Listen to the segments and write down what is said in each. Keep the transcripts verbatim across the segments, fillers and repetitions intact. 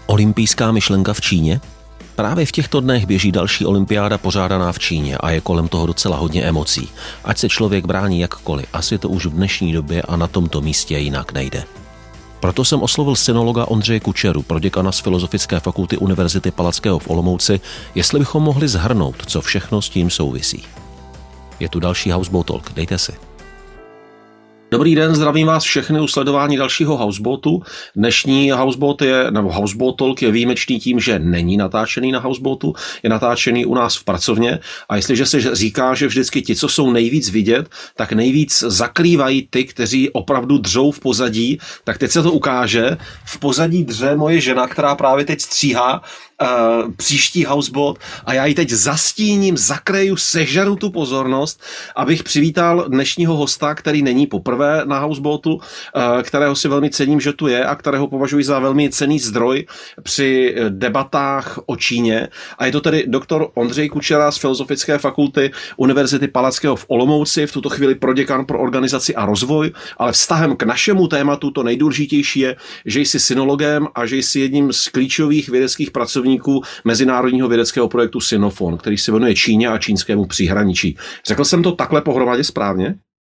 Olympijská myšlenka v Číně? Právě v těchto dnech běží další olympiáda pořádaná v Číně a je kolem toho docela hodně emocí. Ať se člověk brání jakkoliv, asi to už v dnešní době a na tomto místě jinak nejde. Proto jsem oslovil synologa Ondřeje Kučeru, proděkana z Filozofické fakulty Univerzity Palackého v Olomouci, jestli bychom mohli shrnout, co všechno s tím souvisí. Je tu další Houseboat Talk, dejte si. Dobrý den, zdravím vás všechny u sledování dalšího Houseboatu. Dnešní Houseboat je, nebo Houseboat Talk je výjimečný tím, že není natáčený na Houseboatu, je natáčený u nás v pracovně a jestliže se říká, že vždycky ti, co jsou nejvíc vidět, tak nejvíc zakrývají ty, kteří opravdu dřou v pozadí, tak teď se to ukáže. V pozadí dře moje žena, která právě teď stříhá Uh, příští Houseboat a já ji teď zastíním, zakreju, sežeru tu pozornost, abych přivítal dnešního hosta, který není poprvé na Houseboatu, uh, kterého si velmi cením, že tu je a kterého považuji za velmi cenný zdroj při debatách o Číně. A je to tedy doktor Ondřej Kučera z Filozofické fakulty Univerzity Palackého v Olomouci, v tuto chvíli proděkan pro organizaci a rozvoj, ale vztahem k našemu tématu to nejdůležitější je, že jsi synologem a že jsi jedním z klíčových vědeckých pracovníků mezinárodního vědeckého projektu Sinofon, který se věnuje Číně a čínskému příhraničí. Řekl jsem to takhle pohromadě správně?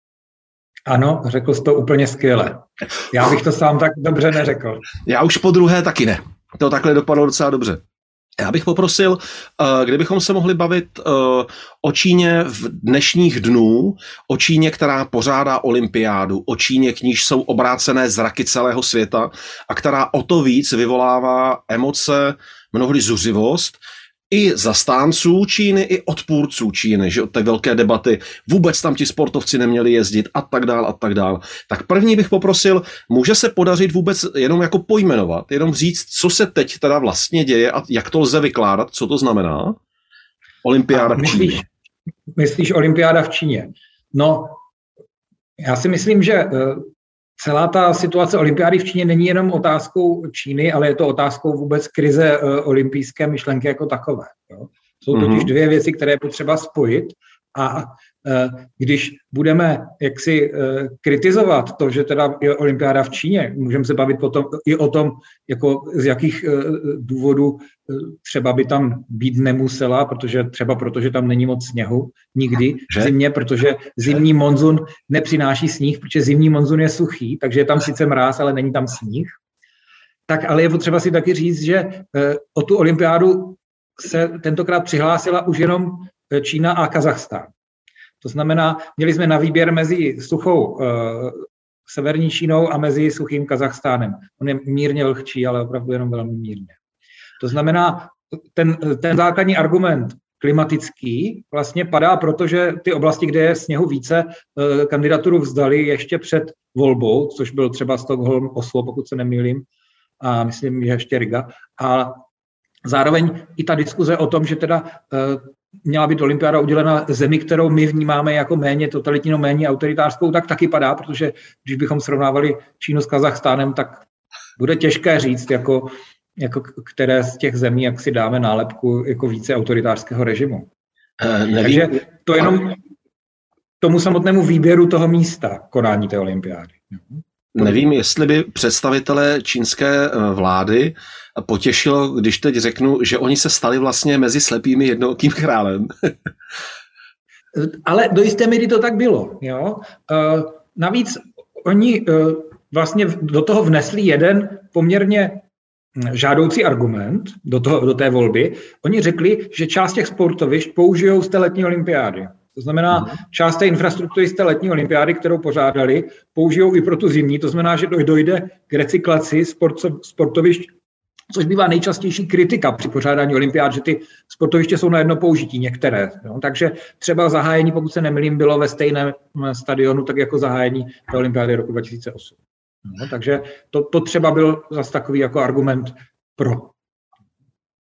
Ano, řekl jsi to úplně skvěle. Já bych to sám tak dobře neřekl. Já už po druhé taky ne. To takhle dopadlo docela dobře. Já bych poprosil, kdybychom se mohli bavit o Číně v dnešních dnů, o Číně, která pořádá olympiádu, o Číně, k níž jsou obrácené zraky celého světa a která o to víc vyvolává emoce, mnohdy zuřivost, i zastánců Číny, i odpůrců Číny, že od té velké debaty vůbec tam ti sportovci neměli jezdit a tak dál a tak dál. Tak první bych poprosil, může se podařit vůbec jenom jako pojmenovat, jenom říct, co se teď teda vlastně děje a jak to lze vykládat, co to znamená? Olympiáda v Číně. Myslíš, myslíš olympiáda v Číně? No, já si myslím, že celá ta situace olympiády v Číně není jenom otázkou Číny, ale je to otázkou vůbec krize olympijské myšlenky jako takové. Jo? Jsou totiž dvě věci, které je potřeba spojit a když budeme jaksi kritizovat to, že teda je olympiáda v Číně, můžeme se bavit potom i o tom, jako z jakých důvodů třeba by tam být nemusela, protože třeba protože tam není moc sněhu nikdy v zimě, protože zimní monzun nepřináší sníh, protože zimní monzun je suchý, takže je tam sice mráz, ale není tam sníh. Tak ale je potřeba si taky říct, že o tu olympiádu se tentokrát přihlásila už jenom Čína a Kazachstán. To znamená, měli jsme na výběr mezi suchou uh, severní Čínou a mezi suchým Kazachstánem. On je mírně vlhčí, ale opravdu jenom velmi mírně. To znamená, ten, ten základní argument klimatický vlastně padá, protože ty oblasti, kde je sněhu více, uh, kandidaturu vzdali ještě před volbou, což byl třeba Stockholm, Oslo, pokud se nemýlím, a myslím, že ještě Riga. A zároveň i ta diskuze o tom, že teda uh, měla být olympiáda udělena zemi, kterou my vnímáme jako méně totalitní, no méně autoritářskou, tak taky padá, protože když bychom srovnávali Čínu s Kazachstánem, tak bude těžké říct, jako, jako které z těch zemí, jak si dáme nálepku jako více autoritářského režimu. Uh, Takže to jenom tomu samotnému výběru toho místa konání té olympiády. Nevím, jestli by představitelé čínské vlády potěšilo, když teď řeknu, že oni se stali vlastně mezi slepými jednookým králem. Ale do jisté míry to tak bylo. Jo? Navíc oni vlastně do toho vnesli jeden poměrně žádoucí argument do, toho, do té volby. Oni řekli, že část těch sportovišť použijou z té letní olympiády. To znamená, část té infrastruktury z té letní olympiády, kterou pořádali, použijou i pro tu zimní. To znamená, že dojde k recyklaci sport, sportovišť, což bývá nejčastější kritika při pořádání olympiád, že ty sportoviště jsou na jedno použití, některé. No, takže třeba zahájení, pokud se nemýlím, bylo ve stejném stadionu, tak jako zahájení té olympiády roku dva tisíce osm. No, takže to, to třeba byl zase takový jako argument pro.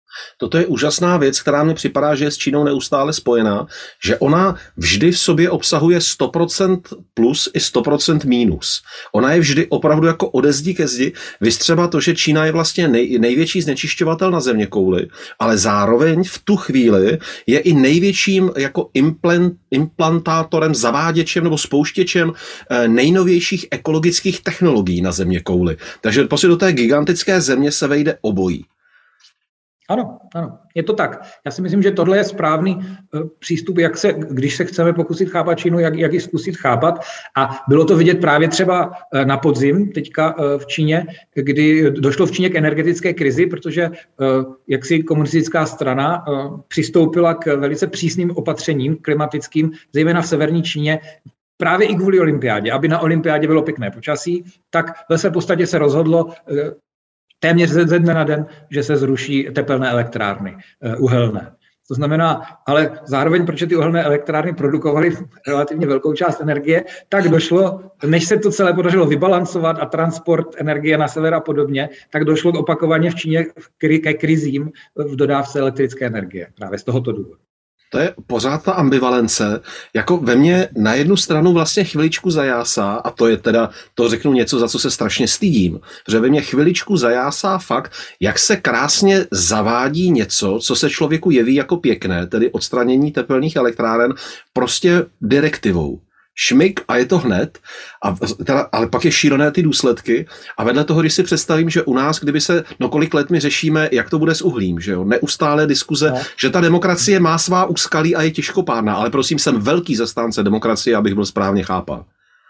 Toto je úžasná věc, která mně připadá, že je s Čínou neustále spojená, že ona vždy v sobě obsahuje sto procent plus i sto procent mínus. Ona je vždy opravdu jako ode zdi ke zdi. Vystřeba to, že Čína je vlastně nej, největší znečišťovatel na zeměkouli, ale zároveň v tu chvíli je i největším jako implant, implantátorem, zaváděčem nebo spouštěčem nejnovějších ekologických technologií na zeměkouli. Takže prostě do té gigantické země se vejde obojí. Ano, ano, je to tak. Já si myslím, že tohle je správný uh, přístup, jak se, když se chceme pokusit chápat Čínu, jak, jak ji zkusit chápat. A bylo to vidět právě třeba uh, na podzim, teďka uh, v Číně, kdy došlo v Číně k energetické krizi, protože uh, jaksi komunistická strana uh, přistoupila k velice přísným opatřením klimatickým, zejména v severní Číně, právě i kvůli olympiádě. Aby na olympiádě bylo pěkné počasí, tak ve své podstatě se rozhodlo uh, téměř ze dne na den, že se zruší tepelné elektrárny uhelné. To znamená, ale zároveň, protože ty uhelné elektrárny produkovaly relativně velkou část energie, tak došlo, než se to celé podařilo vybalancovat a transport energie na sever a podobně, tak došlo opakovaně v Číně ke krizím v dodávce elektrické energie. Právě z tohoto důvodu. To je pořád ta ambivalence, jako ve mně na jednu stranu vlastně chviličku zajásá, a to je teda, to řeknu něco, za co se strašně stydím, že ve mně chviličku zajásá fakt, jak se krásně zavádí něco, co se člověku jeví jako pěkné, tedy odstranění tepelných elektráren, prostě direktivou. Šmik a je to hned, a teda, ale pak je šílené ty důsledky a vedle toho, když si představím, že u nás, kdyby se, no kolik let my řešíme, jak to bude s uhlím, že jo, neustálé diskuze, no. Že ta demokracie má svá úskalí a je těžkopádná, ale prosím, jsem velký zastánce demokracie, abych byl správně chápán.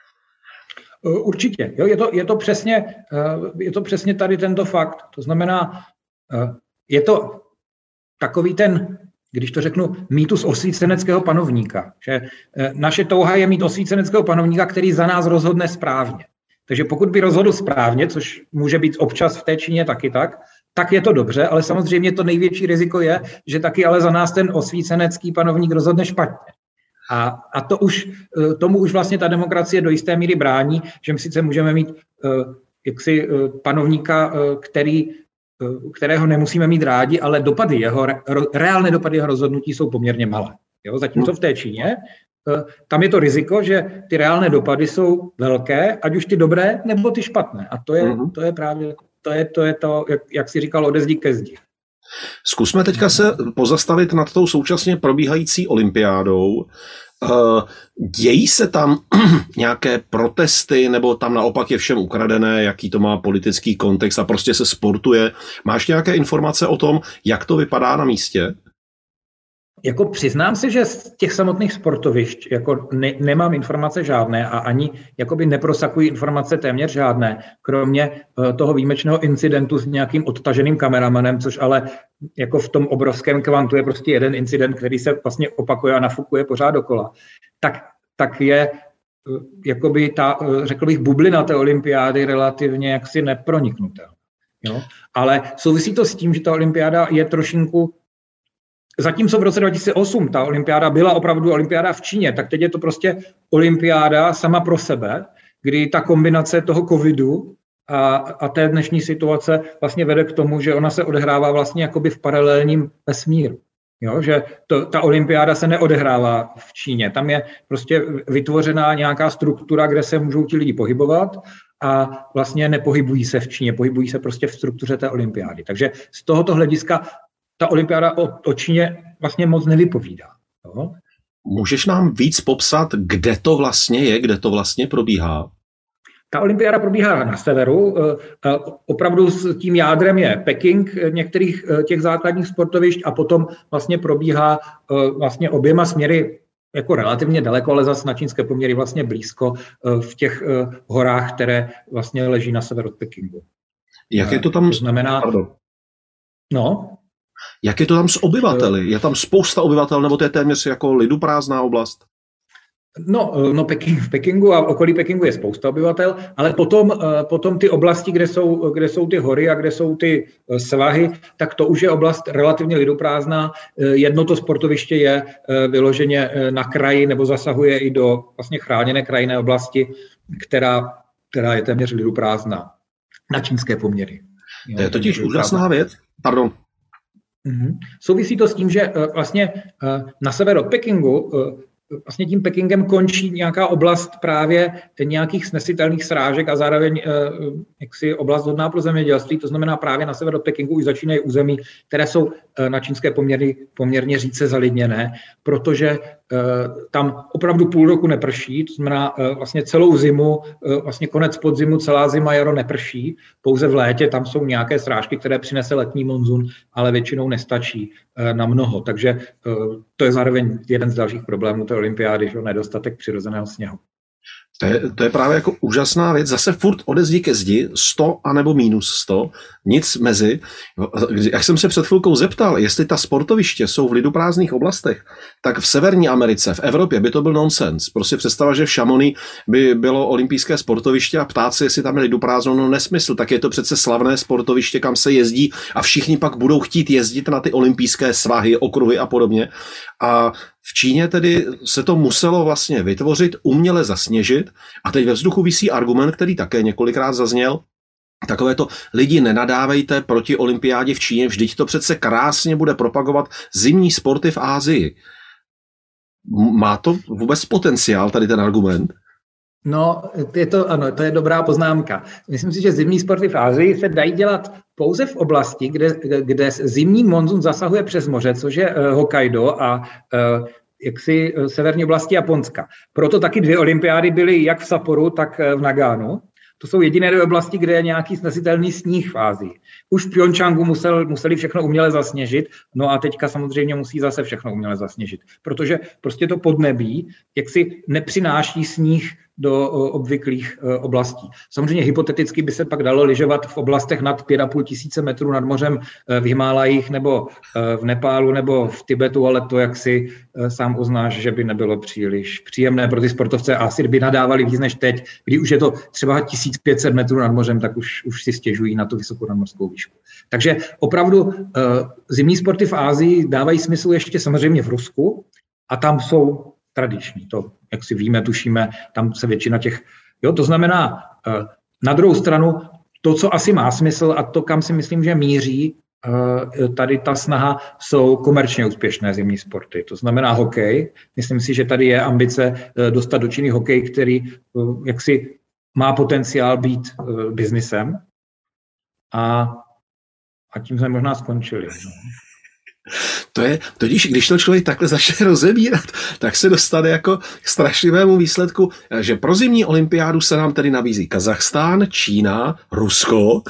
Určitě, jo, je to, je to přesně, je to přesně tady tento fakt, to znamená, je to takový ten, když to řeknu, mýtus osvíceneckého panovníka. Že naše touha je mít osvíceneckého panovníka, který za nás rozhodne správně. Takže pokud by rozhodl správně, což může být občas v té Číně taky tak, tak je to dobře, ale samozřejmě to největší riziko je, že taky ale za nás ten osvícenecký panovník rozhodne špatně. A, a to už, tomu už vlastně ta demokracie do jisté míry brání, že my sice můžeme mít jaksi panovníka, který kterého nemusíme mít rádi, ale dopady jeho, reálné dopady jeho rozhodnutí jsou poměrně malé. Jo? Zatímco v té Číně, tam je to riziko, že ty reálné dopady jsou velké, ať už ty dobré, nebo ty špatné. A to je, to je právě to, je, to, je to jak, jak jsi říkal, ode zdi ke zdi. Zkusme teďka se pozastavit nad tou současně probíhající olympiádou. Dějí se tam nějaké protesty, nebo tam naopak je všem ukradené, jaký to má politický kontext a prostě se sportuje? Máš nějaké informace o tom, jak to vypadá na místě? Jako přiznám se, že z těch samotných sportovišť jako ne, nemám informace žádné a ani jakoby neprosakují informace téměř žádné, kromě uh, toho výjimečného incidentu s nějakým odtaženým kameramanem, což ale jako v tom obrovském kvantu je prostě jeden incident, který se vlastně opakuje a nafukuje pořád dokola. Tak, tak je uh, jakoby ta, uh, řekl bych, bublina té olympiády relativně jaksi neproniknutelná. Jo? Ale souvisí to s tím, že ta olympiáda je trošinku. Zatímco v roce dva tisíce osm ta olympiáda byla opravdu olympiáda v Číně, tak teď je to prostě olympiáda sama pro sebe, kdy ta kombinace toho covidu a, a té dnešní situace vlastně vede k tomu, že ona se odehrává vlastně jakoby v paralelním vesmíru. Jo, že to, ta olympiáda se neodehrává v Číně. Tam je prostě vytvořená nějaká struktura, kde se můžou ti lidi pohybovat a vlastně nepohybují se v Číně, pohybují se prostě v struktuře té olympiády. Takže z tohoto hlediska ta olympiáda o, o Číně vlastně moc nevypovídá. Jo? Můžeš nám víc popsat, kde to vlastně je, kde to vlastně probíhá? Ta olympiáda probíhá na severu. Opravdu s tím jádrem je Peking některých těch základních sportovišť a potom vlastně probíhá vlastně oběma směry jako relativně daleko, ale zase na čínské poměry vlastně blízko v těch horách, které vlastně leží na sever od Pekingu. Jak je to tam? To znamená, Pardon. No, Jak je to tam s obyvateli? Je tam spousta obyvatel, nebo to je téměř jako liduprázdná oblast? No, no Peking, v Pekingu a okolí Pekingu je spousta obyvatel, ale potom, potom ty oblasti, kde jsou, kde jsou ty hory a kde jsou ty svahy, tak to už je oblast relativně liduprázdná. Jedno to sportoviště je vyloženě na kraji nebo zasahuje i do vlastně chráněné krajinné oblasti, která, která je téměř liduprázdná na čínské poměry. To je totiž úžasná věc. Pardon. Mm-hmm. Souvisí to s tím, že uh, vlastně uh, na sever od Pekingu uh, vlastně tím Pekingem končí nějaká oblast právě nějakých snesitelných srážek a zároveň jaksi oblast hodná pro zemědělství, to znamená právě na sever od Pekingu už začínají území, které jsou na čínské poměrně, poměrně řídce zalidněné, protože tam opravdu půl roku neprší, to znamená vlastně celou zimu, vlastně konec podzimu, celá zima, jaro neprší, pouze v létě tam jsou nějaké srážky, které přinese letní monzun, ale většinou nestačí na mnoho, takže to je zároveň jeden z dalších problémů té olympiády, že nedostatek přirozeného sněhu. To je, to je právě jako úžasná věc. Zase furt ode zdi ke zdi, sto anebo minus sto, nic mezi. Jak jsem se před chvilkou zeptal, jestli ta sportoviště jsou v liduprázdných oblastech, tak v Severní Americe, v Evropě by to byl nonsens. Prostě představa, že v Chamonix by bylo olympijské sportoviště a ptát se, jestli tam je liduprázdno, no nesmysl. Tak je to přece slavné sportoviště, kam se jezdí a všichni pak budou chtít jezdit na ty olympijské svahy, okruhy a podobně. A v Číně tedy se to muselo vlastně vytvořit, uměle zasněžit a teď ve vzduchu visí argument, který také několikrát zazněl, takové to lidi nenadávejte proti olympiádě v Číně, vždyť to přece krásně bude propagovat zimní sporty v Asii. Má to vůbec potenciál tady ten argument? No, je to, ano, to je dobrá poznámka. Myslím si, že zimní sporty v Asii se dají dělat pouze v oblasti, kde, kde zimní monzun zasahuje přes moře, což je uh, Hokkaido a uh, jaksi uh, severní oblasti Japonska. Proto taky dvě olympiády byly jak v Sapporu, tak uh, v Nagánu. To jsou jediné dvě oblasti, kde je nějaký snesitelný sníh v Asii. Už v Pyeongchangu musel, museli všechno uměle zasněžit, no a teďka samozřejmě musí zase všechno uměle zasněžit, protože prostě to podnebí jaksi nepřináší sníh do obvyklých oblastí. Samozřejmě hypoteticky by se pak dalo lyžovat v oblastech nad pět a půl tisíce metrů nad mořem v Himálajích nebo v Nepálu nebo v Tibetu, ale to jaksi sám uznáš, že by nebylo příliš příjemné pro ty sportovce a asi by nadávali víc než teď, kdy už je to třeba tisíc pět set metrů nad mořem, tak už, už si stěžují na tu vysokou nadmořskou výšku. Takže opravdu zimní sporty v Asii dávají smysl ještě samozřejmě v Rusku a tam jsou tradiční, to, jak si víme, tušíme, tam se většina těch, jo, to znamená, na druhou stranu, to, co asi má smysl a to, kam si myslím, že míří tady ta snaha, jsou komerčně úspěšné zimní sporty, to znamená hokej, myslím si, že tady je ambice dostat do Číny hokej, který jaksi má potenciál být biznisem a, a tím jsme možná skončili. No. To je, totiž když to člověk takhle začne rozebírat, tak se dostane jako k strašlivému výsledku, že pro zimní olympiádu se nám tedy nabízí Kazachstán, Čína, Rusko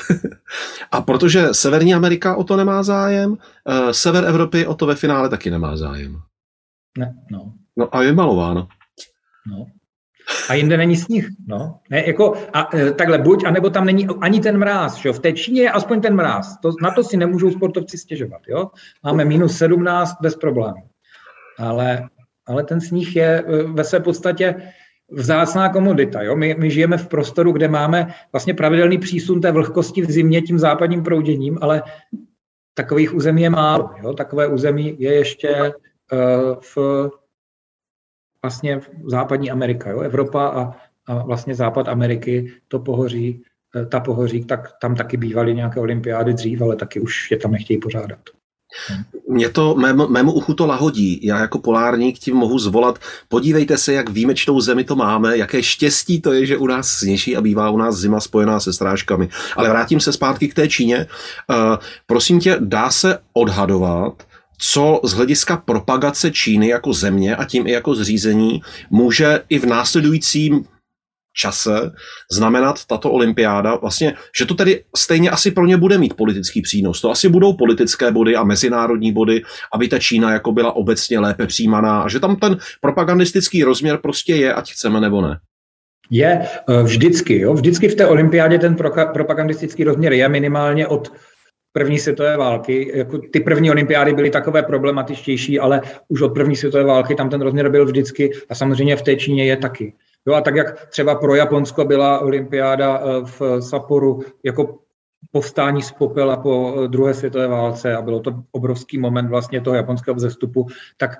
a protože Severní Amerika o to nemá zájem, sever Evropy o to ve finále taky nemá zájem. Ne, no. No a je malováno. No. A jinde není sníh, no. Ne, jako, a, e, takhle buď, anebo tam není ani ten mráz, že? V té Číně je aspoň ten mráz, to, na to si nemůžou sportovci stěžovat, jo. Máme minus sedmnáct bez problémů, ale, ale ten sníh je ve své podstatě vzácná komodita, jo. My, my žijeme v prostoru, kde máme vlastně pravidelný přísun té vlhkosti v zimě tím západním prouděním, ale takových území je málo, jo. Takové území je ještě uh, v vlastně západní Amerika, jo? Evropa a, a vlastně západ Ameriky, to pohoří, ta pohoří, tak tam taky bývaly nějaké olympiády dřív, ale taky už je tam nechtějí pořádat. Mě to, mému, mému uchu to lahodí. Já jako polárník tím mohu zvolat, podívejte se, jak výjimečnou zemi to máme, jaké štěstí to je, že u nás sněží a bývá u nás zima spojená se srážkami. Ale vrátím se zpátky k té Číně. Uh, prosím tě, dá se odhadovat, co z hlediska propagace Číny jako země a tím i jako zřízení může i v následujícím čase znamenat tato olympiáda, vlastně, že to tedy stejně asi pro ně bude mít politický přínos. To asi budou politické body a mezinárodní body, aby ta Čína jako byla obecně lépe přijímaná a že tam ten propagandistický rozměr prostě je, ať chceme nebo ne. Je vždycky, jo? Vždycky v té olympiádě ten propagandistický rozměr je minimálně od první světové války. Jako ty první olympiády byly takové problematičtější, ale už od první světové války tam ten rozměr byl vždycky a samozřejmě v té Číně je taky. Jo, a tak jak třeba pro Japonsko byla olympiáda v Sapporu jako povstání z popela po druhé světové válce a bylo to obrovský moment vlastně toho japonského vzestupu, tak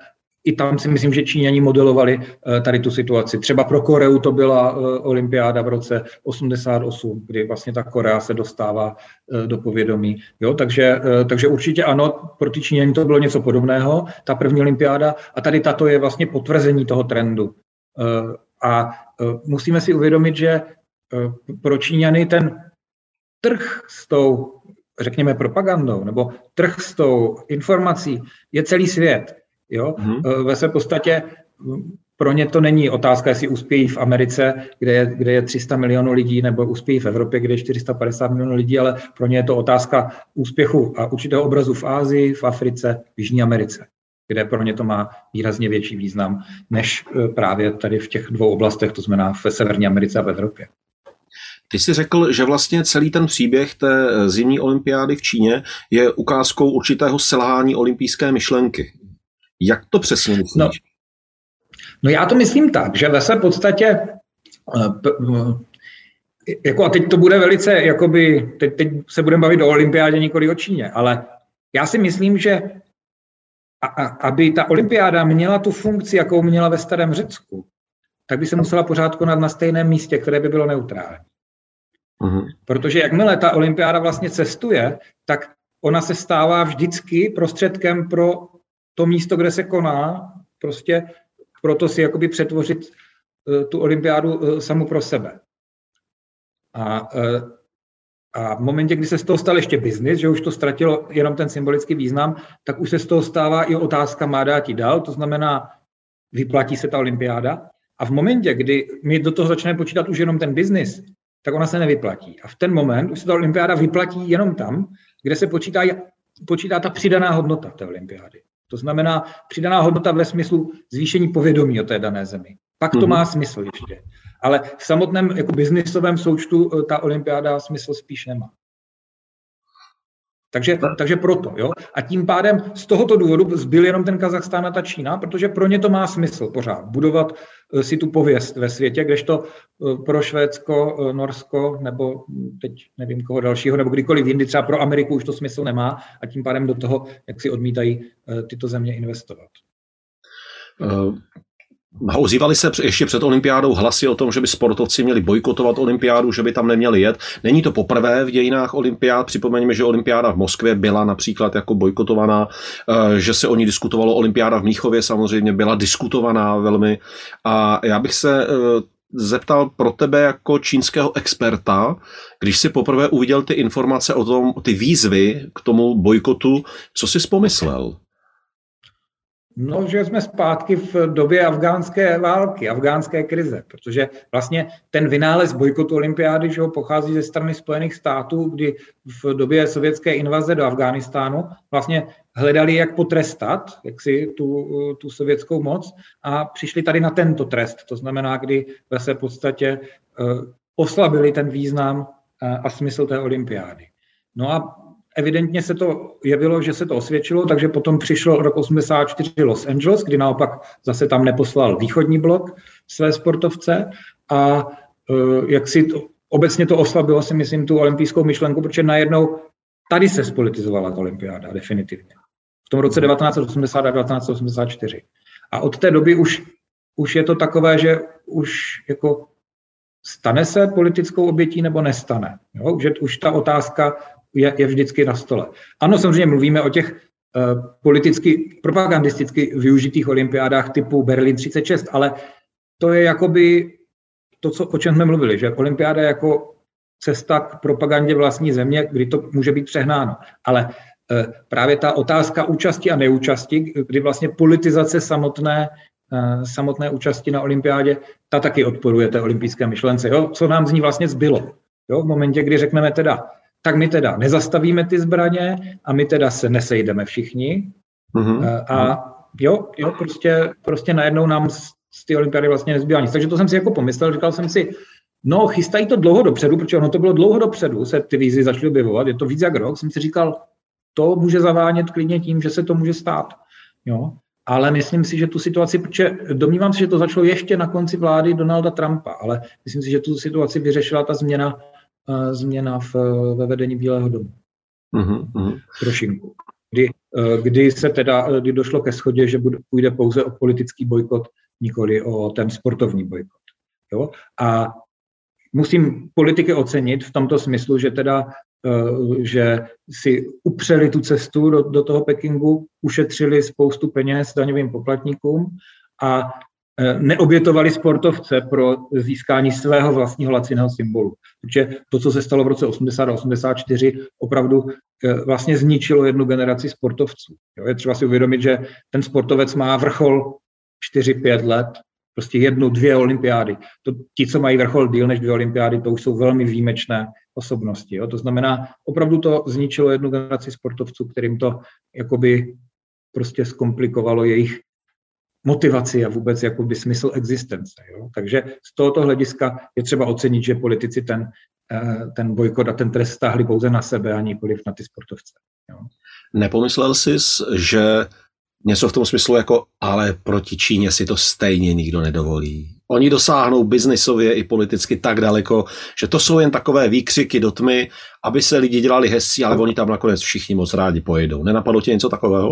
i tam si myslím, že Číňani modelovali tady tu situaci. Třeba pro Koreu to byla olympiáda v roce osmdesát osm, kdy vlastně ta Korea se dostává do povědomí. Jo, takže, takže určitě ano, pro ty Číňani to bylo něco podobného, ta první olympiáda, a tady tato je vlastně potvrzení toho trendu. A musíme si uvědomit, že pro Číňany ten trh s tou, řekněme, propagandou, nebo trh s tou informací je celý svět. Jo? Mm-hmm. Ve své podstatě pro ně to není otázka, jestli uspějí v Americe, kde je, kde je tři sta milionů lidí, nebo uspějí v Evropě, kde je čtyři sta padesát milionů lidí, ale pro ně je to otázka úspěchu a určitého obrazu v Asii, v Africe, v Jižní Americe, kde pro ně to má výrazně větší význam, než právě tady v těch dvou oblastech, to znamená v Severní Americe a v Evropě. Ty jsi řekl, že vlastně celý ten příběh té zimní olympiády v Číně je ukázkou určitého selhání olympijské myšlenky. Jak to přesně myslíš? No, no já to myslím tak, že ve své podstatě, jako a teď to bude velice, jakoby, teď, teď se budeme bavit o olympiádě, nikoli o Číně, ale já si myslím, že a, a, aby ta olympiáda měla tu funkci, jakou měla ve starém Řecku, tak by se musela pořád konat na stejném místě, které by bylo neutrální. Uhum. Protože jakmile ta olympiáda vlastně cestuje, tak ona se stává vždycky prostředkem pro to místo, kde se koná, prostě proto si jakoby přetvořit uh, tu olympiádu uh, samu pro sebe. A, uh, a v momentě, kdy se z toho stal ještě biznis, že už to ztratilo jenom ten symbolický význam, tak už se z toho stává i otázka má dát dál, to znamená, vyplatí se ta olympiáda. A v momentě, kdy my do toho začneme počítat už jenom ten biznis, tak ona se nevyplatí. A v ten moment už se ta olympiáda vyplatí jenom tam, kde se počítá, počítá ta přidaná hodnota té olympiády. To znamená přidaná hodnota ve smyslu zvýšení povědomí o té dané zemi. Pak to má smysl ještě. Ale v samotném jako biznisovém součtu ta olympiáda smysl spíš nemá. Takže, takže proto. Jo? A tím pádem z tohoto důvodu zbyl jenom ten Kazachstán a ta Čína, protože pro ně to má smysl pořád. Budovat si tu pověst ve světě, kdežto pro Švédsko, Norsko nebo teď nevím koho dalšího, nebo kdykoliv jindy, třeba pro Ameriku už to smysl nemá a tím pádem do toho, jak si odmítají tyto země investovat. Uh... Ozývaly se ještě před olympiádou hlasy o tom, že by sportovci měli bojkotovat olympiádu, že by tam neměli jet. Není to poprvé v dějinách olympiád. Připomeňme, že olympiáda v Moskvě byla například jako bojkotovaná, že se o ní diskutovalo. Olympiáda v Mnichově samozřejmě byla diskutovaná velmi. A já bych se zeptal pro tebe jako čínského experta, když si poprvé uviděl ty informace o tom, ty výzvy k tomu bojkotu, co jsi pomyslel? No, že jsme zpátky v době afgánské války, afgánské krize, protože vlastně ten vynález bojkotu olympiády, že ho pochází ze strany Spojených států, kdy v době sovětské invaze do Afghánistánu vlastně hledali, jak potrestat jak si tu, tu sovětskou moc a přišli tady na tento trest. To znamená, kdy ve své podstatě uh, oslabili ten význam uh, a smysl té olympiády. No a evidentně se to jevilo, že se to osvědčilo, takže potom přišel rok osmdesát čtyři Los Angeles, kdy naopak zase tam neposlal východní blok své sportovce a jak si to, obecně to oslabilo, si myslím, tu olympijskou myšlenku, protože najednou tady se spolitizovala ta olympiáda definitivně. V tom roce devatenáct set osmdesát a devatenáct set osmdesát čtyři. A od té doby už, už je to takové, že už jako stane se politickou obětí nebo nestane. Jo? Že už ta otázka Je, je vždycky na stole. Ano, samozřejmě mluvíme o těch uh, politicky, propagandisticky využitých olympiádách typu Berlín třicet šest, ale to je jakoby to, co, o čem jsme mluvili, že olympiáda je jako cesta k propagandě vlastní země, kdy to může být přehnáno. Ale uh, právě ta otázka účasti a neúčasti, kdy vlastně politizace samotné, uh, samotné účasti na olympiádě, ta taky odporuje té olympijské myšlence. Jo? Co nám z ní vlastně zbylo? Jo? V momentě, kdy řekneme teda, tak my teda nezastavíme ty zbraně a my teda se nesejdeme všichni. Mm-hmm. A jo, jo prostě, prostě najednou nám z, z té olympiády vlastně nezbývá nic. Takže to jsem si jako pomyslel, říkal jsem si, no chystají to dlouho dopředu, protože ono to bylo dlouho dopředu, se ty výzvy začaly objevovat, je to víc jak rok, jsem si říkal, to může zavánět klidně tím, že se to může stát. Jo. Ale myslím si, že tu situaci, protože domnívám se, že to začalo ještě na konci vlády Donalda Trumpa, ale myslím si, že tu situaci vyřešila ta změna změna v, ve vedení Bílého domu. Mm-hmm. Trošinku. kdy, kdy se teda, kdy došlo ke shodě, že bude, půjde pouze o politický bojkot, nikoli o ten sportovní bojkot. Jo? A musím politiky ocenit v tomto smyslu, že teda, že si upřeli tu cestu do, do toho Pekingu, ušetřili spoustu peněz daňovým poplatníkům a neobětovali sportovce pro získání svého vlastního laciného symbolu. Protože to, co se stalo v roce osmdesát a osmdesát čtyři, opravdu vlastně zničilo jednu generaci sportovců. Jo, je třeba si uvědomit, že ten sportovec má vrchol čtyři pět let, prostě jednu, dvě olympiády. To, ti, co mají vrchol díl než dvě olympiády, to už jsou velmi výjimečné osobnosti. Jo. To znamená, opravdu to zničilo jednu generaci sportovců, kterým to jakoby prostě zkomplikovalo jejich motivaci a vůbec jakoby smysl existence. Jo? Takže z tohoto hlediska je třeba ocenit, že politici ten, ten bojkot a ten trest stáhli pouze na sebe a nikoliv na ty sportovce. Jo? Nepomyslel jsi, že něco v tom smyslu jako, ale proti Číně si to stejně nikdo nedovolí. Oni dosáhnou biznisově i politicky tak daleko, že to jsou jen takové výkřiky do tmy, aby se lidi dělali hezcí, ale oni tam nakonec všichni moc rádi pojedou. Nenapadlo tě něco takového?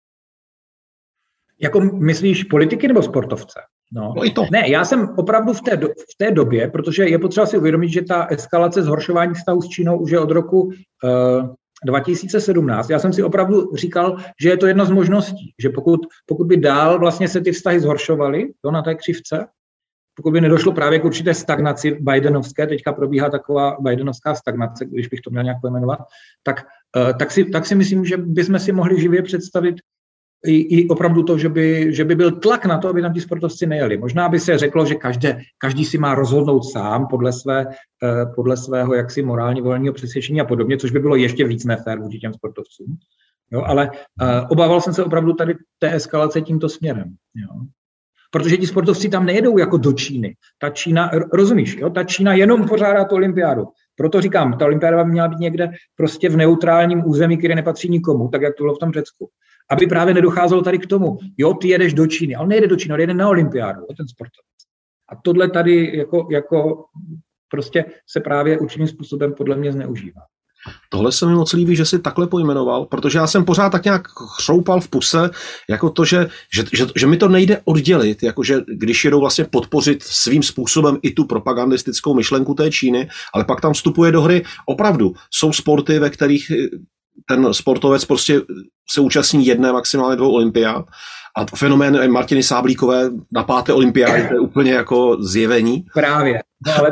Jako myslíš politiky nebo sportovce? No. No i to. Ne, já jsem opravdu v té, do, v té době, protože je potřeba si uvědomit, že ta eskalace zhoršování vztahu s Čínou už je od roku uh, dva tisíce sedmnáct. Já jsem si opravdu říkal, že je to jedna z možností, že pokud, pokud by dál vlastně se ty vztahy zhoršovaly, to na té křivce, pokud by nedošlo právě k určité stagnaci bidenovské, teďka probíhá taková bidenovská stagnace, když bych to měl nějak pojmenovat, tak, uh, tak, si, tak si myslím, že bychom si mohli živě představit I, i opravdu to, že by, že by byl tlak na to, aby tam ti sportovci nejeli. Možná by se řeklo, že každé, každý si má rozhodnout sám podle, své, eh, podle svého jaksi morální volného přesvědčení a podobně, což by bylo ještě víc nefér vůči těm sportovcům. Jo, ale eh, obával jsem se opravdu tady té eskalace tímto směrem. Jo. Protože ti sportovci tam nejedou jako do Číny. Ta Čína, rozumíš, jo? Ta Čína jenom pořádá tu olympiádu. Proto říkám, ta olympiáda by měla být někde prostě v neutrálním území, které nepatří nikomu, tak jak to bylo v tom Řecku. Aby právě nedocházelo tady k tomu, jo, ty jedeš do Číny, ale nejde do Číny, ale jede na olympiádu, ten sportovec. A tohle tady jako, jako prostě se právě určitým způsobem podle mě zneužívá. Tohle se mi moc líbí, že jsi takhle pojmenoval, protože já jsem pořád tak nějak chřoupal v puse, jako to, že, že, že, že mi to nejde oddělit, jakože když jedou vlastně podpořit svým způsobem i tu propagandistickou myšlenku té Číny, ale pak tam vstupuje do hry opravdu. Jsou sporty, ve kterých ten sportovec prostě se účastní jedné, maximálně dvou olympiád a fenomén Martiny Sáblíkové na páté olympiádě, to je úplně jako zjevení. Právě, no ale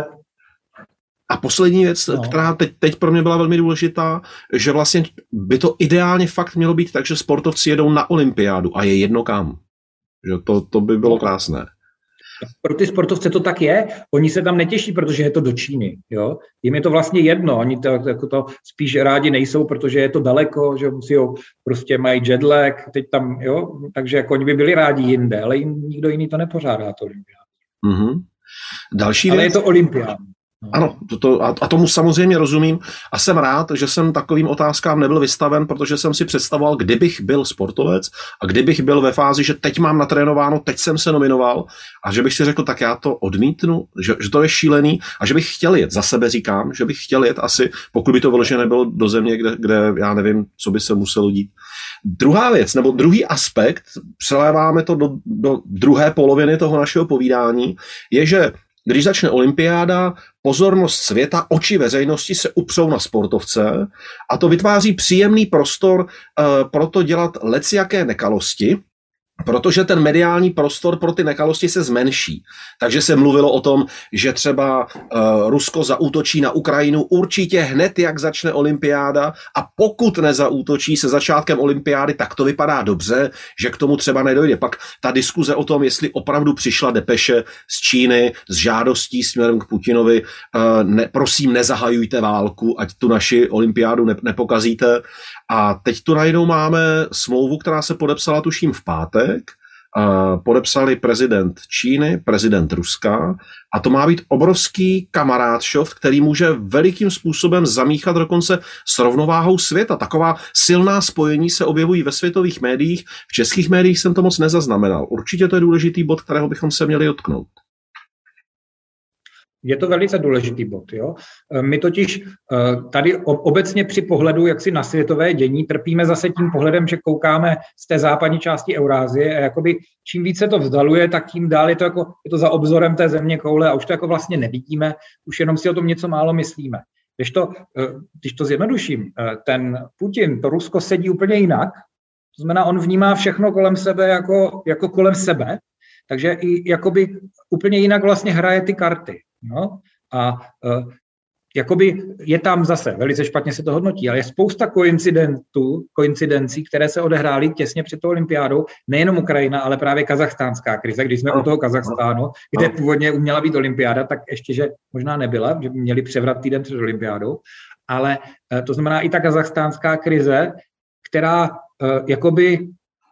a poslední věc, no. která teď, teď pro mě byla velmi důležitá, že vlastně by to ideálně fakt mělo být tak, že sportovci jedou na olympiádu a je jedno kam. Že to, to by bylo krásné. Pro ty sportovce to tak je, oni se tam netěší, protože je to do Číny. Jo? Jim je to vlastně jedno, oni to, jako to spíš rádi nejsou, protože je to daleko, že musí prostě mají jetlag, teď tam, jo, takže jako oni by byli rádi jinde, ale jim nikdo jiný to nepořádá, to olympiádu. Mm-hmm. Další ale věc... je to olympiáda. No. Ano, to, to, a, a tomu samozřejmě rozumím a jsem rád, že jsem takovým otázkám nebyl vystaven, protože jsem si představoval, kdybych byl sportovec a kdybych byl ve fázi, že teď mám natrénováno, teď jsem se nominoval a že bych si řekl, tak já to odmítnu, že, že to je šílený a že bych chtěl jet, za sebe říkám, že bych chtěl jet asi, pokud by to vyloženě nebylo do země, kde, kde já nevím, co by se muselo dít. Druhá věc, nebo druhý aspekt, přeléváme to do, do druhé poloviny toho našeho povídání, je, že když začne olympiáda, pozornost světa, oči veřejnosti se upřou na sportovce a to vytváří příjemný prostor uh, pro to dělat lecijaké nekalosti, protože ten mediální prostor pro ty nekalosti se zmenší. Takže se mluvilo o tom, že třeba uh, Rusko zaútočí na Ukrajinu určitě hned, jak začne olympiáda a pokud nezaútočí se začátkem olympiády, tak to vypadá dobře, že k tomu třeba nedojde. Pak ta diskuze o tom, jestli opravdu přišla depeše z Číny s žádostí směrem k Putinovi, uh, ne, prosím, nezahajujte válku, ať tu naši olympiádu ne, nepokazíte. A teď tu najednou máme smlouvu, která se podepsala tuším v pátek. Podepsali prezident Číny, prezident Ruska a to má být obrovský kamarádšoft, který může velikým způsobem zamíchat dokonce s rovnováhou světa. Taková silná spojení se objevují ve světových médiích. V českých médiích jsem to moc nezaznamenal. Určitě to je důležitý bod, kterého bychom se měli dotknout. Je to velice důležitý bod. Jo? My totiž tady obecně při pohledu jaksi na světové dění trpíme zase tím pohledem, že koukáme z té západní části Eurázie a jakoby čím více to vzdaluje, tak tím dál je to, jako, je to za obzorem té země koule a už to jako vlastně nevidíme, už jenom si o tom něco málo myslíme. Když to, když to zjednoduším, ten Putin, to Rusko sedí úplně jinak, to znamená, on vnímá všechno kolem sebe jako, jako kolem sebe, takže i jakoby úplně jinak vlastně hraje ty karty. No? A uh, jakoby je tam zase, velice špatně se to hodnotí, ale je spousta koincidentů, koincidencí, které se odehrály těsně před tou olympiádou, nejenom Ukrajina, ale právě kazachstánská krize, když jsme u toho Kazachstánu, kde původně uměla být olympiáda, tak ještě, že možná nebyla, že by měli převrat týden před olympiádou, ale uh, to znamená i ta kazachstánská krize, která uh, jakoby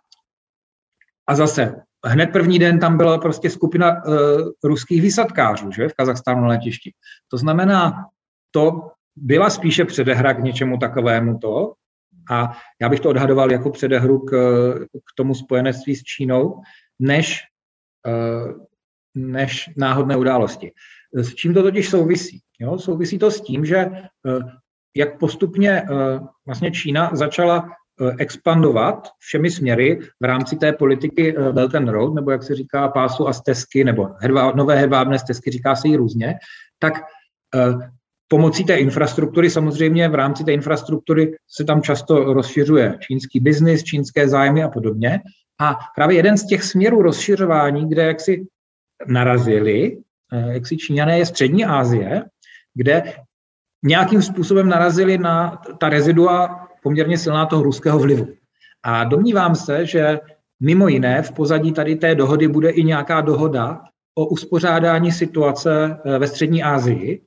a zase hned první den tam byla prostě skupina uh, ruských výsadkářů, že, v Kazachstánu na letišti. To znamená, to byla spíše předehra k něčemu takovému to a já bych to odhadoval jako předehru k, k tomu spojenectví s Čínou, než, uh, než náhodné události. S čím to totiž souvisí? Jo? Souvisí to s tím, že uh, jak postupně uh, vlastně Čína začala expandovat všemi směry v rámci té politiky Belt and Road, nebo jak se říká pásu a stezky, nebo hedvá, nové hedvábné stezky, říká se jí různě, tak eh, pomocí té infrastruktury, samozřejmě v rámci té infrastruktury se tam často rozšiřuje čínský biznis, čínské zájmy a podobně. A právě jeden z těch směrů rozšiřování, kde jaksi narazili, eh, jaksi Číňané, je Střední Asie, kde nějakým způsobem narazili na ta rezidua poměrně silná toho ruského vlivu. A domnívám se, že mimo jiné v pozadí tady té dohody bude i nějaká dohoda o uspořádání situace ve Střední Asii.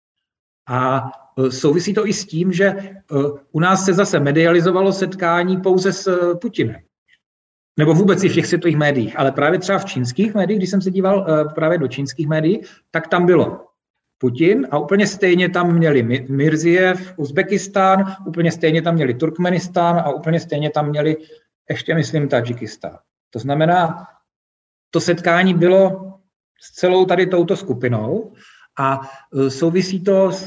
A souvisí to i s tím, že u nás se zase medializovalo setkání pouze s Putinem. Nebo vůbec i v těch světových médiích. Ale právě třeba v čínských médiích, když jsem se díval právě do čínských médií, tak tam bylo Putin a úplně stejně tam měli Mirzijev, Uzbekistán, úplně stejně tam měli Turkmenistán a úplně stejně tam měli ještě, myslím, Tadžikistán. To znamená, to setkání bylo s celou tady touto skupinou a souvisí to s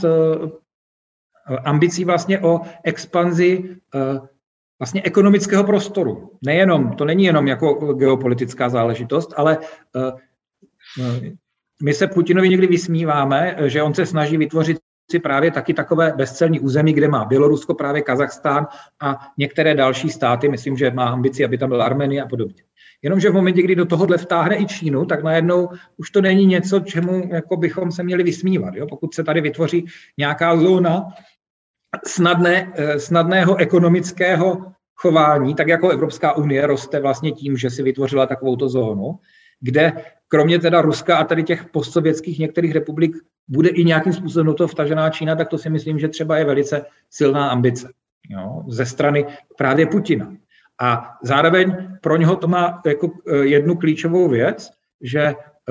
ambicí vlastně o expanzi vlastně ekonomického prostoru. Nejenom, to není jenom jako geopolitická záležitost, ale my se Putinovi někdy vysmíváme, že on se snaží vytvořit si právě taky takové bezcelní území, kde má Bělorusko, právě Kazachstán a některé další státy. Myslím, že má ambici, aby tam byla Arménie a podobně. Jenomže v momentě, kdy do tohohle vtáhne i Čínu, tak najednou už to není něco, čemu jako bychom se měli vysmívat. Jo? Pokud se tady vytvoří nějaká zóna snadné, snadného ekonomického chování, tak jako Evropská unie roste vlastně tím, že si vytvořila takovouto zónu, kde kromě teda Ruska a tady těch postsovětských některých republik bude i nějakým způsobem do toho vtažená Čína, tak to si myslím, že třeba je velice silná ambice, jo, ze strany právě Putina. A zároveň pro něho to má jako jednu klíčovou věc, že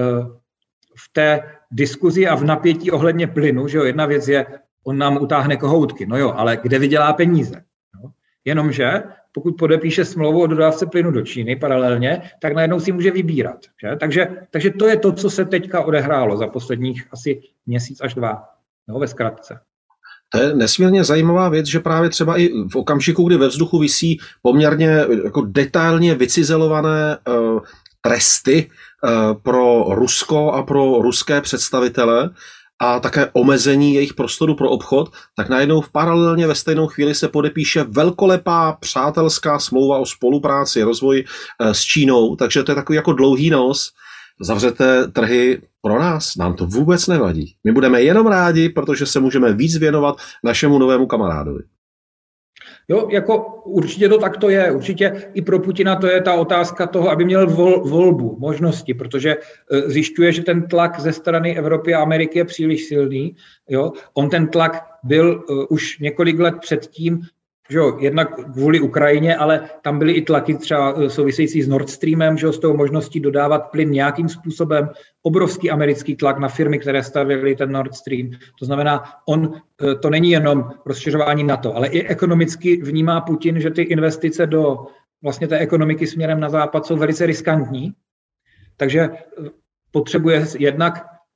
v té diskuzi a v napětí ohledně plynu, že jo, jedna věc je, on nám utáhne kohoutky, no jo, ale kde vydělá peníze? Jo? Jenomže pokud podepíše smlouvu o dodávce plynu do Číny paralelně, tak najednou si může vybírat. Že? Takže, takže to je to, co se teďka odehrálo za posledních asi měsíc až dva, no, ve zkratce. To je nesmírně zajímavá věc, že právě třeba i v okamžiku, kdy ve vzduchu visí poměrně jako detailně vycizelované uh, tresty uh, pro Rusko a pro ruské představitele, a také omezení jejich prostoru pro obchod, tak najednou v paralelně ve stejnou chvíli se podepíše velkolepá přátelská smlouva o spolupráci, rozvoji s Čínou, takže to je takový jako dlouhý nos. Zavřete trhy pro nás, nám to vůbec nevadí. My budeme jenom rádi, protože se můžeme víc věnovat našemu novému kamarádovi. Jo, jako určitě to takto je. Určitě i pro Putina to je ta otázka toho, aby měl vol, volbu, možnosti, protože zjišťuje, že ten tlak ze strany Evropy a Ameriky je příliš silný. Jo. On ten tlak byl uh, už několik let předtím, že jo, jednak kvůli Ukrajině, ale tam byly i tlaky třeba související s Nord Streamem, že jo, s tou možností dodávat plyn nějakým způsobem, obrovský americký tlak na firmy, které stavěly ten Nord Stream. To znamená, on, to není jenom rozšiřování NATO, ale i ekonomicky vnímá Putin, že ty investice do vlastně té ekonomiky směrem na západ jsou velice riskantní, takže potřebuje jednak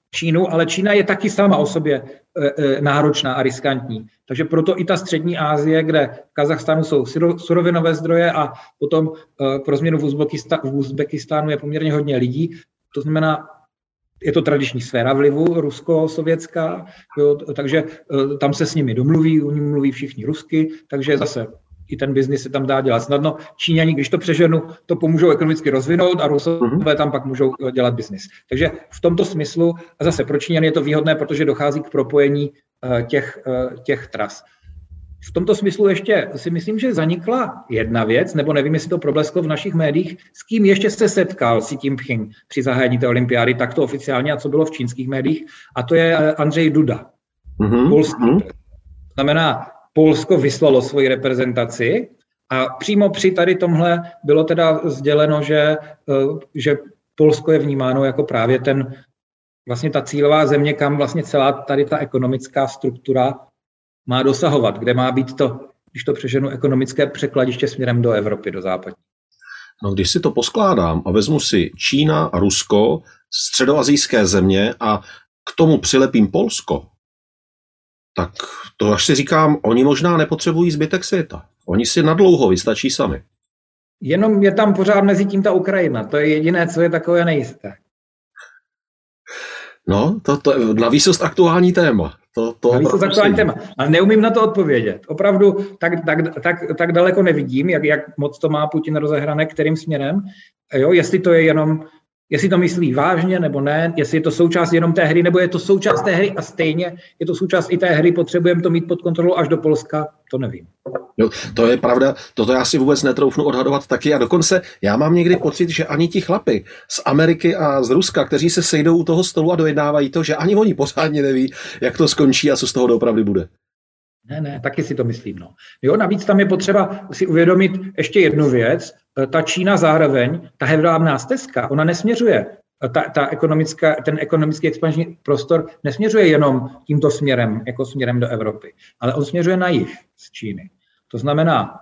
Čínu, ale Čína je taky sama o sobě náročná a riskantní. Takže proto i ta střední Asie, kde v Kazachstánu jsou surovinové zdroje a potom pro změnu v Uzbekistánu je poměrně hodně lidí. To znamená, je to tradiční sféra vlivu rusko-sovětská, jo, takže tam se s nimi domluví, oni mluví všichni rusky, takže zase i ten biznis se tam dá dělat snadno. Číňani, když to přeženu, to pomůžou ekonomicky rozvinout a Rusové tam pak můžou dělat biznis. Takže v tomto smyslu, a zase pro Číňany je to výhodné, protože dochází k propojení těch, těch tras. V tomto smyslu ještě si myslím, že zanikla jedna věc, nebo nevím, jestli to problesklo v našich médiích, s kým ještě se setkal Xi Jinping při zahájení té olympiády, takto oficiálně, a co bylo v čínských médiích, a to je Andrzej Duda. Mm-hmm. Polský. Znamená, Polsko vyslalo svoji reprezentaci a přímo při tady tomhle bylo teda sděleno, že, že Polsko je vnímáno jako právě ten, vlastně ta cílová země, kam vlastně celá tady ta ekonomická struktura má dosahovat, kde má být to, když to přeženu, ekonomické překladiště směrem do Evropy, do západní. No, když si to poskládám a vezmu si Čína a Rusko, středoasijské země a k tomu přilepím Polsko, tak to až si říkám, oni možná nepotřebují zbytek světa. Oni si nadlouho vystačí sami. Jenom je tam pořád mezi tím ta Ukrajina. To je jediné, co je takové nejisté. No, to, to je na výsost aktuální téma. To, to na výsost aktuální téma. Ale neumím na to odpovědět. Opravdu tak, tak, tak, tak daleko nevidím, jak, jak moc to má Putin rozehrané, kterým směrem. Jo, jestli to je jenom... Jestli to myslí vážně nebo ne, jestli je to součást jenom té hry, nebo je to součást té hry a stejně je to součást i té hry, potřebujeme to mít pod kontrolou až do Polska, to nevím. No, to je pravda, toto já si vůbec netroufnu odhadovat taky a dokonce já mám někdy pocit, že ani ti chlapi z Ameriky a z Ruska, kteří se sejdou u toho stolu a dojednávají to, že ani oni pořádně neví, jak to skončí a co z toho doopravdy bude. Ne, ne, taky si to myslím. No. Jo, navíc tam je potřeba si uvědomit ještě jednu věc. Ta Čína zároveň, ta hedvábná stezka, ona nesměřuje, ta, ta ekonomická, ten ekonomický expanční prostor nesměřuje jenom tímto směrem, jako směrem do Evropy, ale on směřuje na jih z Číny. To znamená,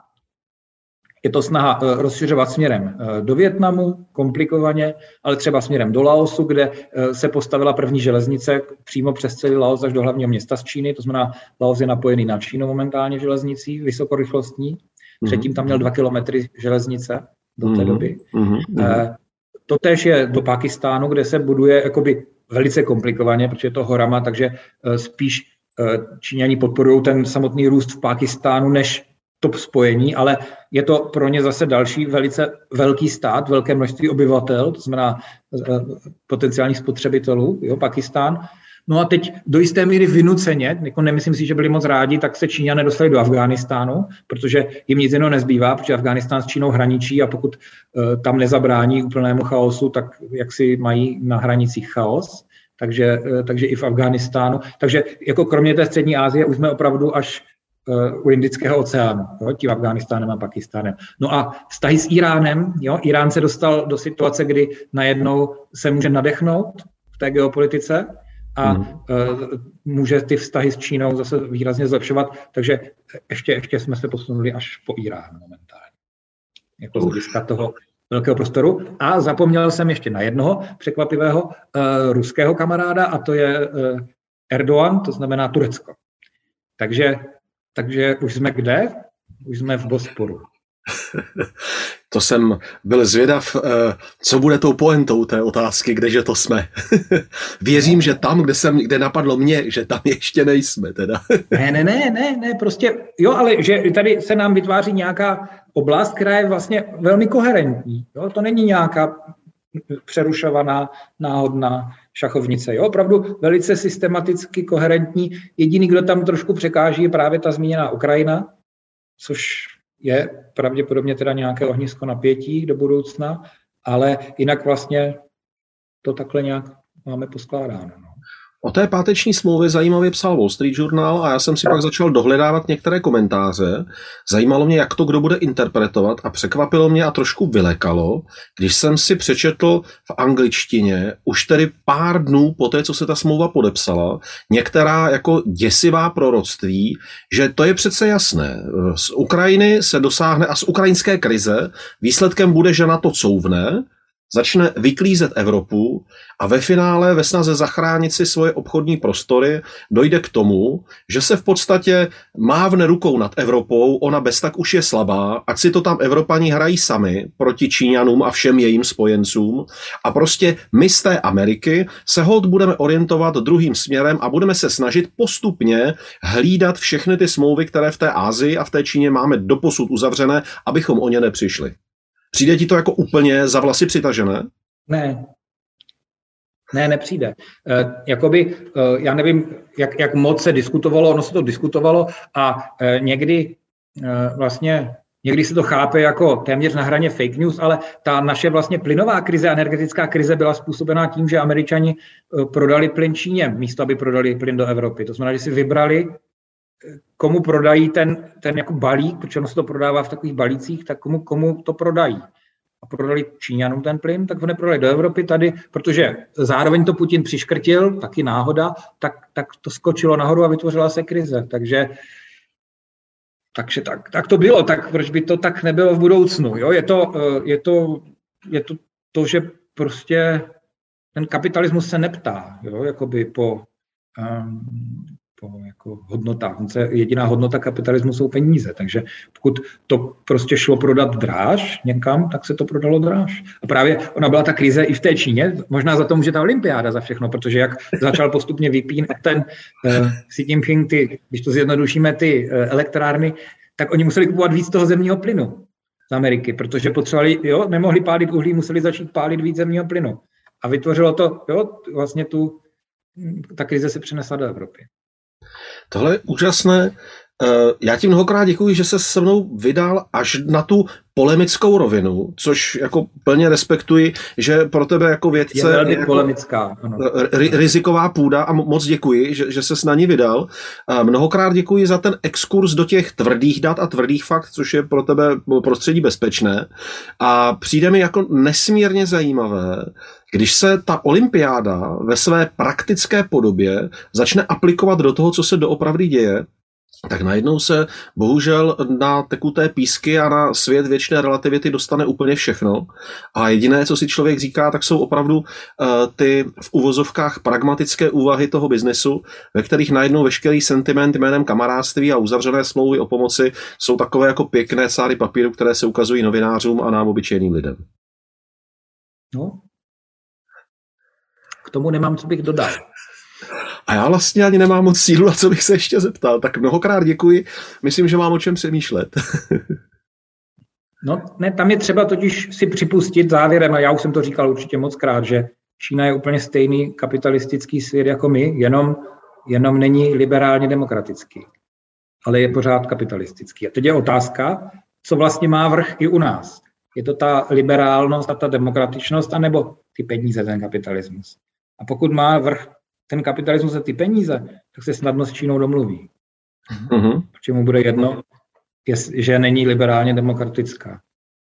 je to snaha rozšiřovat směrem do Vietnamu, komplikovaně, ale třeba směrem do Laosu, kde se postavila první železnice přímo přes celý Laos až do hlavního města z Číny. To znamená, Laos je napojený na Čínu momentálně železnicí, vysokorychlostní. Předtím tam měl dva kilometry železnice do té doby. Mm-hmm. Totéž je do Pákistánu, kde se buduje jakoby velice komplikovaně, protože je to horama, takže spíš Číňani podporují ten samotný růst v Pákistánu, než to spojení, ale je to pro ně zase další velice velký stát, velké množství obyvatel, to znamená potenciálních spotřebitelů, jo, Pakistán. No a teď do jisté míry vynuceně, jako nemyslím si, že byli moc rádi, tak se Číňané dostali do Afghánistánu, protože jim nic jiného nezbývá, protože Afghánistán s Čínou hraničí a pokud uh, tam nezabrání úplnému chaosu, tak jak si mají na hranicích chaos, takže, uh, takže i v Afghánistánu. Takže jako kromě té střední Asie už jsme opravdu až uh, u Indického oceánu, jo, tím Afghánistánem a Pakistánem. No a vztahy s Iránem, jo, Irán se dostal do situace, kdy najednou se může nadechnout v té geopolitice, a hmm. uh, může ty vztahy s Čínou zase výrazně zlepšovat, takže ještě, ještě jsme se posunuli až po Iránu momentálně. Jako z hlediska toho velkého prostoru. A zapomněl jsem ještě na jednoho překvapivého uh, ruského kamaráda, a to je uh, Erdogan, to znamená Turecko. Takže, takže už jsme kde? Už jsme v Bosporu. To jsem byl zvědav, co bude tou pointou té otázky, kdeže to jsme. Věřím, že tam, kde, jsem, kde napadlo mě, že tam ještě nejsme. Teda. ne, ne, ne, ne, ne, prostě, jo, ale že tady se nám vytváří nějaká oblast, která je vlastně velmi koherentní. Jo? To není nějaká přerušovaná, náhodná šachovnice. Jo? Opravdu velice systematicky koherentní. Jediný, kdo tam trošku překáží, je právě ta zmíněná Ukrajina, což je pravděpodobně teda nějaké ohnisko napětí do budoucna, ale jinak vlastně to takhle nějak máme poskládáno. No. O té páteční smlouvě zajímavě psal Wall Street Journal a já jsem si pak začal dohledávat některé komentáře. Zajímalo mě, jak to kdo bude interpretovat a překvapilo mě a trošku vylekalo, když jsem si přečetl v angličtině už tedy pár dnů po té, co se ta smlouva podepsala, některá jako děsivá proroctví, že to je přece jasné. Z Ukrajiny se dosáhne a z ukrajinské krize výsledkem bude, že NATO couvne, začne vyklízet Evropu a ve finále ve snaze zachránit si svoje obchodní prostory dojde k tomu, že se v podstatě mávne rukou nad Evropou, ona bez tak už je slabá, ať si to tam Evropani hrají sami proti Číňanům a všem jejím spojencům a prostě my z té Ameriky se holt budeme orientovat druhým směrem a budeme se snažit postupně hlídat všechny ty smlouvy, které v té Asii a v té Číně máme doposud uzavřené, abychom o ně nepřišli. Přijde ti to jako úplně za vlasy přitažené? Ne. Ne, nepřijde. E, jakoby, e, já nevím, jak, jak moc se diskutovalo, ono se to diskutovalo a e, někdy e, vlastně, někdy se to chápe jako téměř na hraně fake news, ale ta naše vlastně plynová krize, energetická krize byla způsobená tím, že Američani e, prodali plyn Číně, místo aby prodali plyn do Evropy. To znamená, že si vybrali, komu prodají ten, ten jako balík, protože ono se to prodává v takových balících, tak komu, komu to prodají. A prodali Číňanům ten plyn, tak ho neprodali do Evropy tady, protože zároveň to Putin přiškrtil, taky náhoda, tak, tak to skočilo nahoru a vytvořila se krize. Takže, takže tak, tak to bylo, tak proč by to tak nebylo v budoucnu? Jo? Je, to, je, to, je to to, že prostě ten kapitalismus se neptá, jo? Jakoby po... Um, po jako hodnotách. Jediná hodnota kapitalismu jsou peníze, takže pokud to prostě šlo prodat dráž někam, tak se to prodalo dráž. A právě ona byla ta krize i v té Číně, možná za to může ta olympiáda za všechno, protože jak začal postupně vypínat ten uh, Xi Jinping, ty, když to zjednodušíme, ty uh, elektrárny, tak oni museli kupovat víc toho zemního plynu z Ameriky, protože potřebovali, jo, nemohli pálit uhlí, museli začít pálit víc zemního plynu. A vytvořilo to, jo, vlastně tu, ta krize se přenesla do Evropy. Tohle je úžasné. Já ti mnohokrát děkuji, že se se mnou vydal až na tu polemickou rovinu, což jako plně respektuji, že pro tebe jako vědce je velmi jako polemická, ano. riziková půda a moc děkuji, že, že ses na ní vydal. Mnohokrát děkuji za ten exkurs do těch tvrdých dat a tvrdých fakt, což je pro tebe prostředí bezpečné. A přijde mi jako nesmírně zajímavé, když se ta olympiáda ve své praktické podobě začne aplikovat do toho, co se doopravdy děje, tak najednou se bohužel na tekuté písky a na svět věčné relativity dostane úplně všechno. A jediné, co si člověk říká, tak jsou opravdu uh, ty v uvozovkách pragmatické úvahy toho biznesu, ve kterých najednou veškerý sentiment jménem kamarádství a uzavřené smlouvy o pomoci jsou takové jako pěkné cáry papíru, které se ukazují novinářům a nám obyčejným lidem. No. K tomu nemám, co bych dodal. A já vlastně ani nemám moc sílu, na co bych se ještě zeptal. Tak mnohokrát děkuji. Myslím, že mám o čem přemýšlet. No, ne, tam je třeba totiž si připustit závěrem, a já už jsem to říkal určitě moc krát, že Čína je úplně stejný kapitalistický svět jako my, jenom, jenom není liberálně demokratický, ale je pořád kapitalistický. A teď je otázka, co vlastně má vrch i u nás. Je to ta liberálnost a ta demokratičnost, anebo ty peníze, ten kapitalismus. A pokud má vrch ten kapitalismus a ty peníze, tak se snadno s Čínou domluví. Mm-hmm. Protože mu bude jedno, že není liberálně demokratická.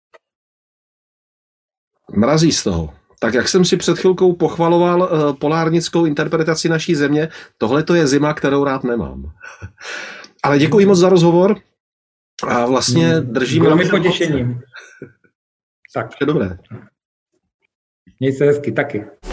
Mrazí z toho. Tak jak jsem si před chvilkou pochvaloval uh, polárnickou interpretaci naší země, tohle to je zima, kterou rád nemám. Ale děkuji moc za rozhovor a vlastně držíme... Bylo mi potěšením. Tak. Je dobré. Měj se hezky taky.